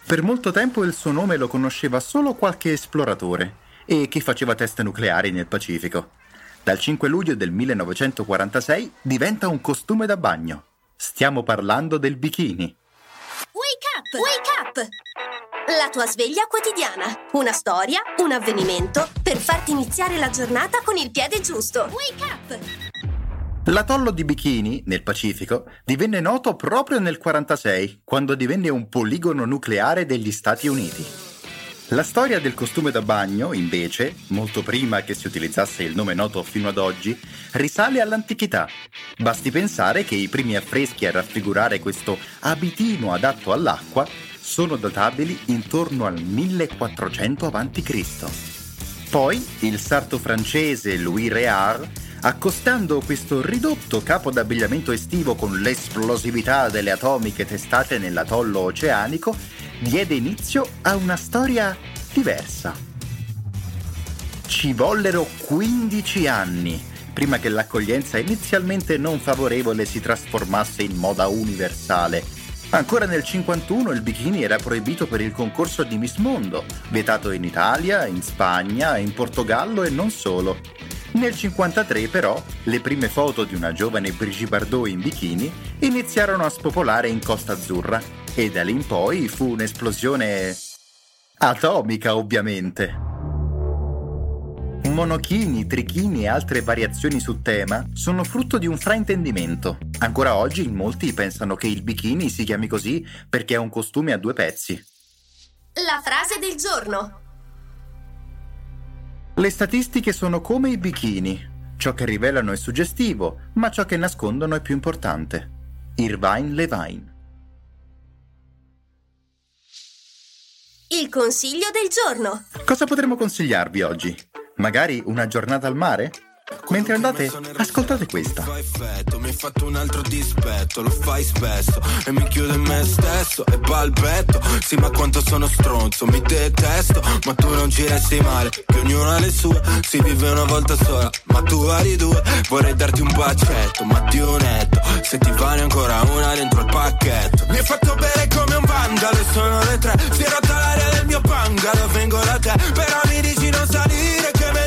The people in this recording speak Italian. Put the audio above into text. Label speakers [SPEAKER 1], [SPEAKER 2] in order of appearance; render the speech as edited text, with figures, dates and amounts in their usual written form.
[SPEAKER 1] Per molto tempo il suo nome lo conosceva solo qualche esploratore e chi faceva test nucleari nel Pacifico. Dal 5 luglio del 1946 diventa un costume da bagno. Stiamo parlando del bikini.
[SPEAKER 2] Wake up! Wake up! La tua sveglia quotidiana. Una storia, un avvenimento per farti iniziare la giornata con il piede giusto. Wake up!
[SPEAKER 1] L'atollo di Bikini, nel Pacifico, divenne noto proprio nel 1946, quando divenne un poligono nucleare degli Stati Uniti. La storia del costume da bagno, invece, molto prima che si utilizzasse il nome noto fino ad oggi, risale all'antichità. Basti pensare che i primi affreschi a raffigurare questo abitino adatto all'acqua sono databili intorno al 1400 a.C. Poi il sarto francese Louis Réard, accostando questo ridotto capo d'abbigliamento estivo con l'esplosività delle atomiche testate nell'atollo oceanico, diede inizio a una storia diversa. Ci vollero 15 anni prima che l'accoglienza inizialmente non favorevole si trasformasse in moda universale. Ancora nel 1951 il bikini era proibito per il concorso di Miss Mondo, vietato in Italia, in Spagna, in Portogallo e non solo. Nel 1953 però le prime foto di una giovane Brigitte Bardot in bikini iniziarono a spopolare in Costa Azzurra e da lì in poi fu un'esplosione atomica, ovviamente. Monochini, trichini e altre variazioni sul tema sono frutto di un fraintendimento. Ancora oggi molti pensano che il bikini si chiami così perché è un costume a due pezzi.
[SPEAKER 2] La frase del giorno.
[SPEAKER 1] Le statistiche sono come i bikini. Ciò che rivelano è suggestivo, ma ciò che nascondono è più importante. Irvine Levine.
[SPEAKER 2] Il consiglio del giorno.
[SPEAKER 1] Cosa potremmo consigliarvi oggi? Magari una giornata al mare? Mentre andate, ascoltate questa.
[SPEAKER 3] Mi hai fatto un altro dispetto, lo fai spesso e mi chiudo in me stesso e balbetto. Sì, ma quanto sono stronzo, mi detesto, ma tu non ci resti male, che ognuno ha le sue, si vive una volta sola, ma tu vari due. Vorrei darti un bacetto, ma di netto, se ti vale ancora una dentro il pacchetto. Mi hai fatto bere come un vandalo e sono le 3, si è rotta l'aria del mio bungalow, vengo da te, però mi dici non salire che me